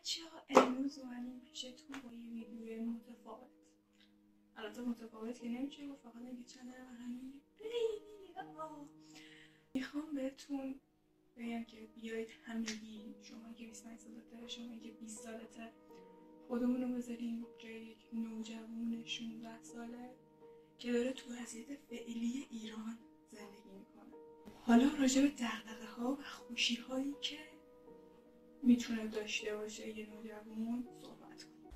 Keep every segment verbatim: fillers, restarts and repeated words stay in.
بچه ها امروز اومدیم پیشتون با یه ویدیو متفاوت. البته متفاوت که نمیشه گفت، فقط اینکه چنل همین میخوام بهتون بگم که بیایید همگی، شما که بیست و پنج سالته، شما که بیست سالته، خودمون رو بذاریم جای یک نوجوان شانزده ساله که داره تو وضعیت فعلی ایران زندگی میکنه. حالا راجع به دغدغه ها و خوشی هایی که میتونه داشته باشه یه نوجوان صحبت کنه.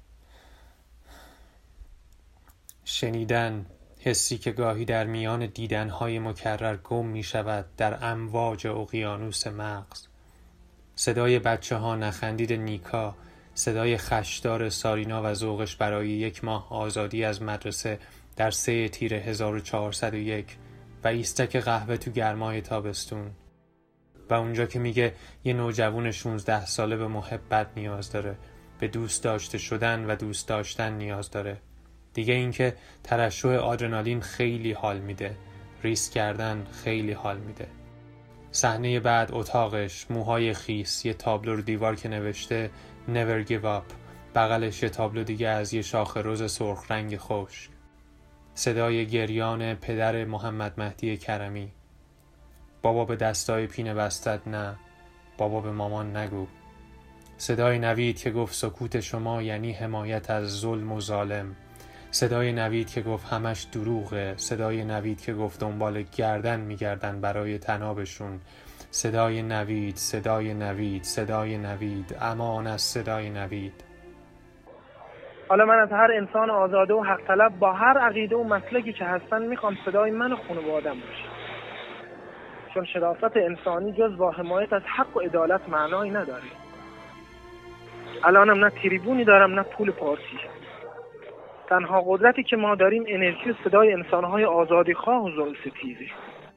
شنیدن، حسی که گاهی در میان دیدنهای مکرر گم می شود در امواج اقیانوس مغز. صدای بچه ها نخندید نیکا، صدای خشدار سارینا و ذوقش برای یک ماه آزادی از مدرسه در سه تیر هزار و چهارصد و یک و ایستک قهوه تو گرمای تابستون. و اونجا که میگه یه نوجوان شانزده ساله به محبت نیاز داره، به دوست داشته شدن و دوست داشتن نیاز داره. دیگه اینکه ترشح آدرنالین خیلی حال میده، ریسک کردن خیلی حال میده. صحنه بعد اتاقش، موهای خیس، یه تابلو رو دیوار که نوشته Never give up، بغلش یه تابلو دیگه از یه شاخ رز سرخ رنگ خشک. صدای گریان پدر محمد مهدی کرمی: بابا به دستای پینه بستت نه، بابا به مامان نگو. صدای نوید که گفت سکوت شما یعنی حمایت از ظلم و ظالم. صدای نوید که گفت همش دروغه. صدای نوید که گفت دنبال گردن میگردن برای تنابشون. صدای نوید، صدای نوید، صدای نوید، امان از صدای نوید. حالا من از هر انسان آزاده و حق طلب با هر عقیده و مسلکی که هستن میخوام صدای من و خانواده‌ام باشه، چون شرافت انسانی جز با حمایت از حق و عدالت معنایی نداره. الانم نه تریبونی دارم نه پول پارتی. تنها قدرتی که ما داریم انرژی و صدای انسانهای آزادی خواه و ظلم ستیزی.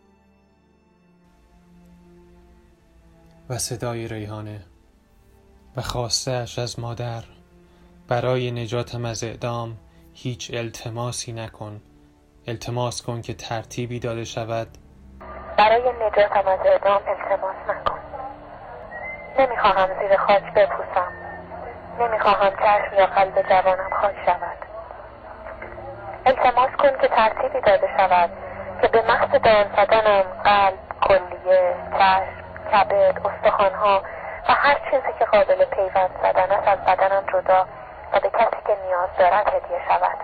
و صدای ریحانه و خواسته‌اش از مادر: برای نجاتم از اعدام هیچ التماسی نکن. التماس کن که ترتیبی داده شود. برای نجاتم از اعدام التماس نکن. نمیخواهم زیر خاک بپوسم. نمیخواهم چشم یا قلب جوانم خاک شود. التماس کن که ترتیبی داده شود که به محض دان زدنم قلب، کلیه، چشم، کبد، استخوانها و هر چیزی که قابل پیوند زدن است از بدنم جدا و به کسی که نیاز دارد هدیه شود.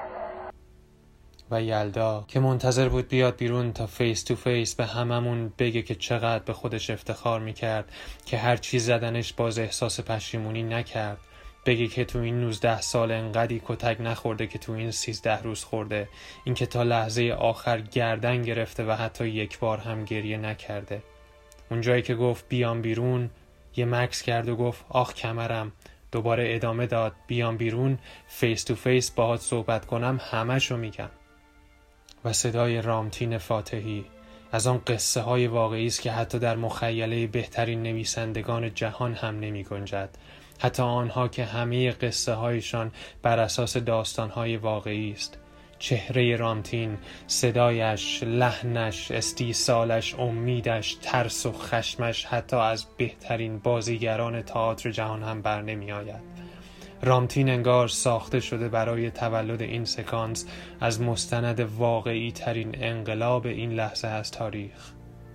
و یلدا که منتظر بود بیاد بیرون تا فیس تو فیس به هممون بگه که چقدر به خودش افتخار میکرد که هر چیز زدنش باز احساس پشیمونی نکرد، بگه که تو این نوزده سال انقدی کتک نخورده که تو این سیزده روز خورده، این که تا لحظه آخر گردن گرفته و حتی یک بار هم گریه نکرده. اونجایی که گفت بیام بیرون یه مکس کرد و گفت آخ کمرم، دوباره ادامه داد بیام بیرون، فیس تو فیس باهات صحبت کنم همشو میگم. و صدای رامتین فاتحی از آن قصه های واقعی است که حتی در مخیله بهترین نویسندگان جهان هم نمی گنجد، حتی آنها که همه قصه هایشان بر اساس داستان های واقعی است. چهره رامتین، صدایش، لحنش، استیصالش، امیدش، ترس و خشمش حتی از بهترین بازیگران تئاتر جهان هم بر نمی آید. رامتین انگار ساخته شده برای تولد این سکانس از مستند واقعی ترین انقلاب این لحظه از تاریخ.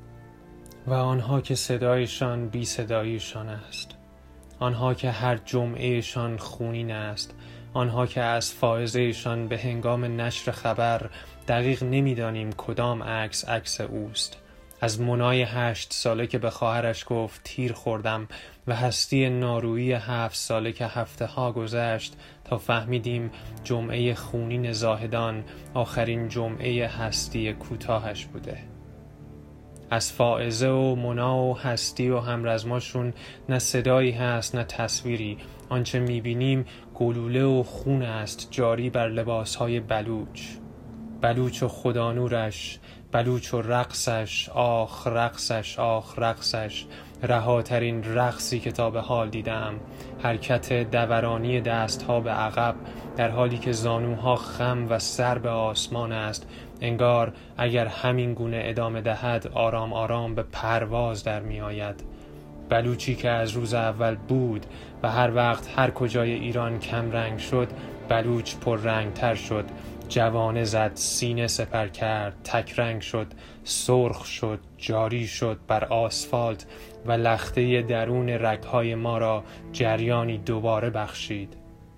و آنها که صدایشان بی صدایشان است، آنها که هر جمعهشان خونین است، آنها که از فائزهشان به هنگام نشر خبر دقیق نمیدانیم کدام عکس عکس اوست. از منای هشت ساله که به خواهرش گفت تیر خوردم و هستی نارویی هفت ساله که هفته ها گذشت تا فهمیدیم جمعه خونین زاهدان آخرین جمعه هستی کوتاهش بوده. از فائزه و منا و هستی و همرزماشون نه صدایی هست نه تصویری. آنچه میبینیم گلوله و خون است جاری بر لباسهای بلوچ. بلوچ و خدانورش، بلوچ و رقصش، آخ رقصش، آخ رقصش، رهاترین رقصی که تا به حال دیدم. حرکت دورانی دستها به عقب در حالی که زانوها خم و سر به آسمان است، انگار اگر همین گونه ادامه دهد آرام آرام به پرواز در می آید. بلوچی که از روز اول بود و هر وقت هر کجای ایران کم رنگ شد بلوچ پر رنگ تر شد. جوانه زد، سینه سپر کرد، تک رنگ شد، سرخ شد، جاری شد بر آسفالت و لخته درون رگهای ما را جریانی دوباره بخشید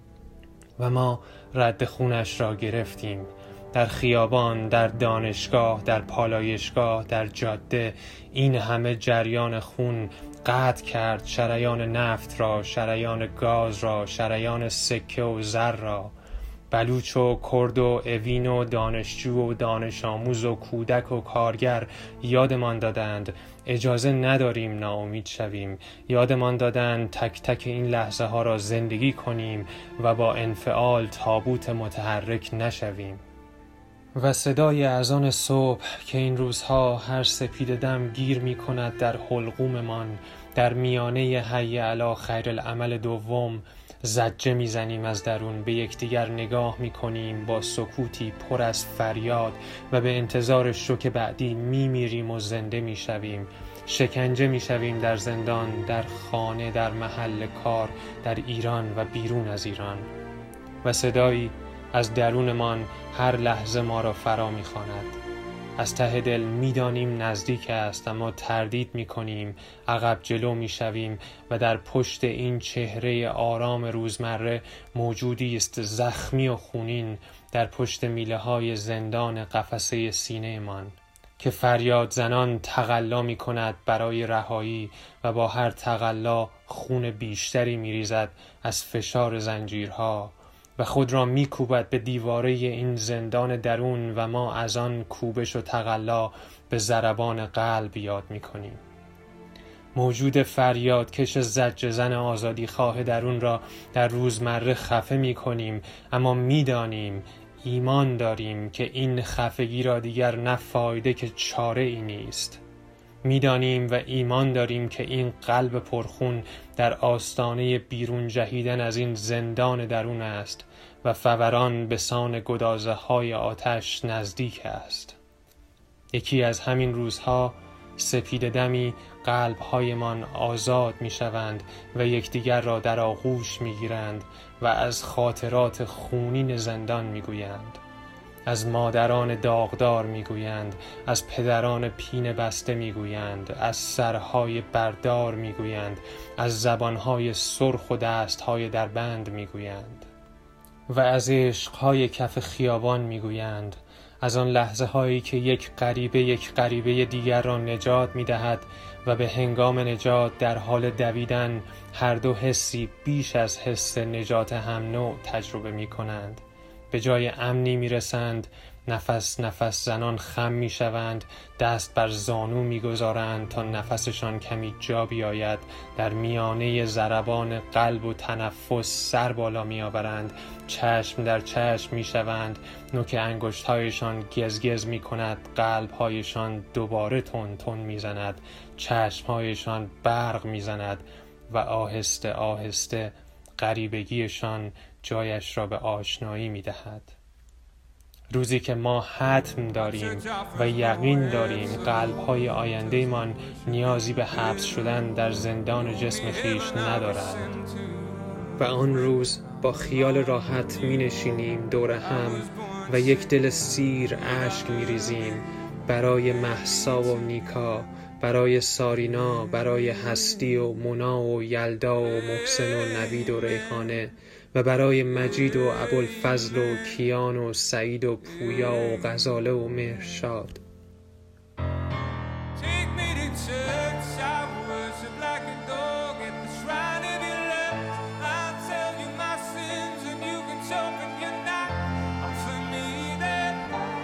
و ما رد خونش را گرفتیم. در خیابان، در دانشگاه، در پالایشگاه، در جاده، این همه جریان خون قطع کرد شریان نفت را، شریان گاز را، شریان سکه و زر را. بلوچ و کرد و اوین و دانشجو و دانش آموز و کودک و کارگر یادمان دادند اجازه نداریم ناامید شویم. یادمان دادند تک تک این لحظه ها را زندگی کنیم و با انفعال تابوت متحرک نشویم. و صدای اذان صبح که این روزها هر سپید دم گیر می کند در حلقوممان، در میانه حی علی خیر العمل دوم زجه می زنیم از درون، به یکدیگر نگاه می کنیم با سکوتی پر از فریاد و به انتظار شوک بعدی می میریم و زنده می شویم. شکنجه می شویم در زندان، در خانه، در محل کار، در ایران و بیرون از ایران. و صدایی از درونمان هر لحظه ما را فرا می خواند. از ته دل می دانیم نزدیک است، اما تردید می کنیم، عقب جلو می شویم و در پشت این چهره آرام روزمره موجودی است زخمی و خونین در پشت میله های زندان قفسه سینه من که فریاد زنان تقلا می کند برای رهایی و با هر تقلا خون بیشتری می ریزد از فشار زنجیرها و خود را می کوبد به دیواره این زندان درون و ما از آن کوبش و تقلا به ضربان قلب یاد می کنیم. موجود فریاد کش زجر زن آزادی خواه درون را در روزمره خفه می کنیم، اما می دانیم، ایمان داریم که این خفگی را دیگر نه فایده که چاره ای نیست. میدانیم و ایمان داریم که این قلب پرخون در آستانه بیرون جهیدن از این زندان درون است و فوران به سان گدازه های آتش نزدیک است. یکی از همین روزها سپید دمی قلب‌هایمان آزاد می‌شوند و یکدیگر را در آغوش می‌گیرند و از خاطرات خونین زندان می‌گویند. از مادران داغدار میگویند، از پدران پینه بسته میگویند، از سرهای بردار میگویند، از زبانهای سرخ و دستهای در بند میگویند و از عشقهای کف خیابان میگویند، از آن لحظه هایی که یک غریبه یک غریبه دیگر را نجات میدهد و به هنگام نجات در حال دویدن هر دو حسی بیش از حس نجات هم نوع تجربه میکنند. به جای امنی میرسند، نفس نفس زنان خم میشوند، دست بر زانو میگذارند تا نفسشان کمی جا بیاید، در میانه ضربان قلب و تنفس سر بالا میآورند، چشم در چشم میشوند، نوک انگشت‌هایشان گزگز میکند، قلب‌هایشان دوباره تون تون میزند، چشم‌هایشان برق میزند و آهسته آهسته غریبگیشان جایش را به آشنایی می‌دهد. روزی که ما حتم داریم و یقین داریم قلب‌های آینده‌مان نیازی به حبس شدن در زندان جسم خویش ندارند و آن روز با خیال راحت می‌نشینیم دور هم و یک دل سیر اشک می‌ریزیم برای مهسا و نیکا، برای سارینا، برای هستی و مونا و یلدا و محسن و نوید و ریحانه و برای مجید و ابوالفضل و کیان و سعید و پویا و غزاله و مهرشاد.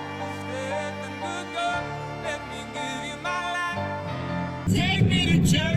Take me to church.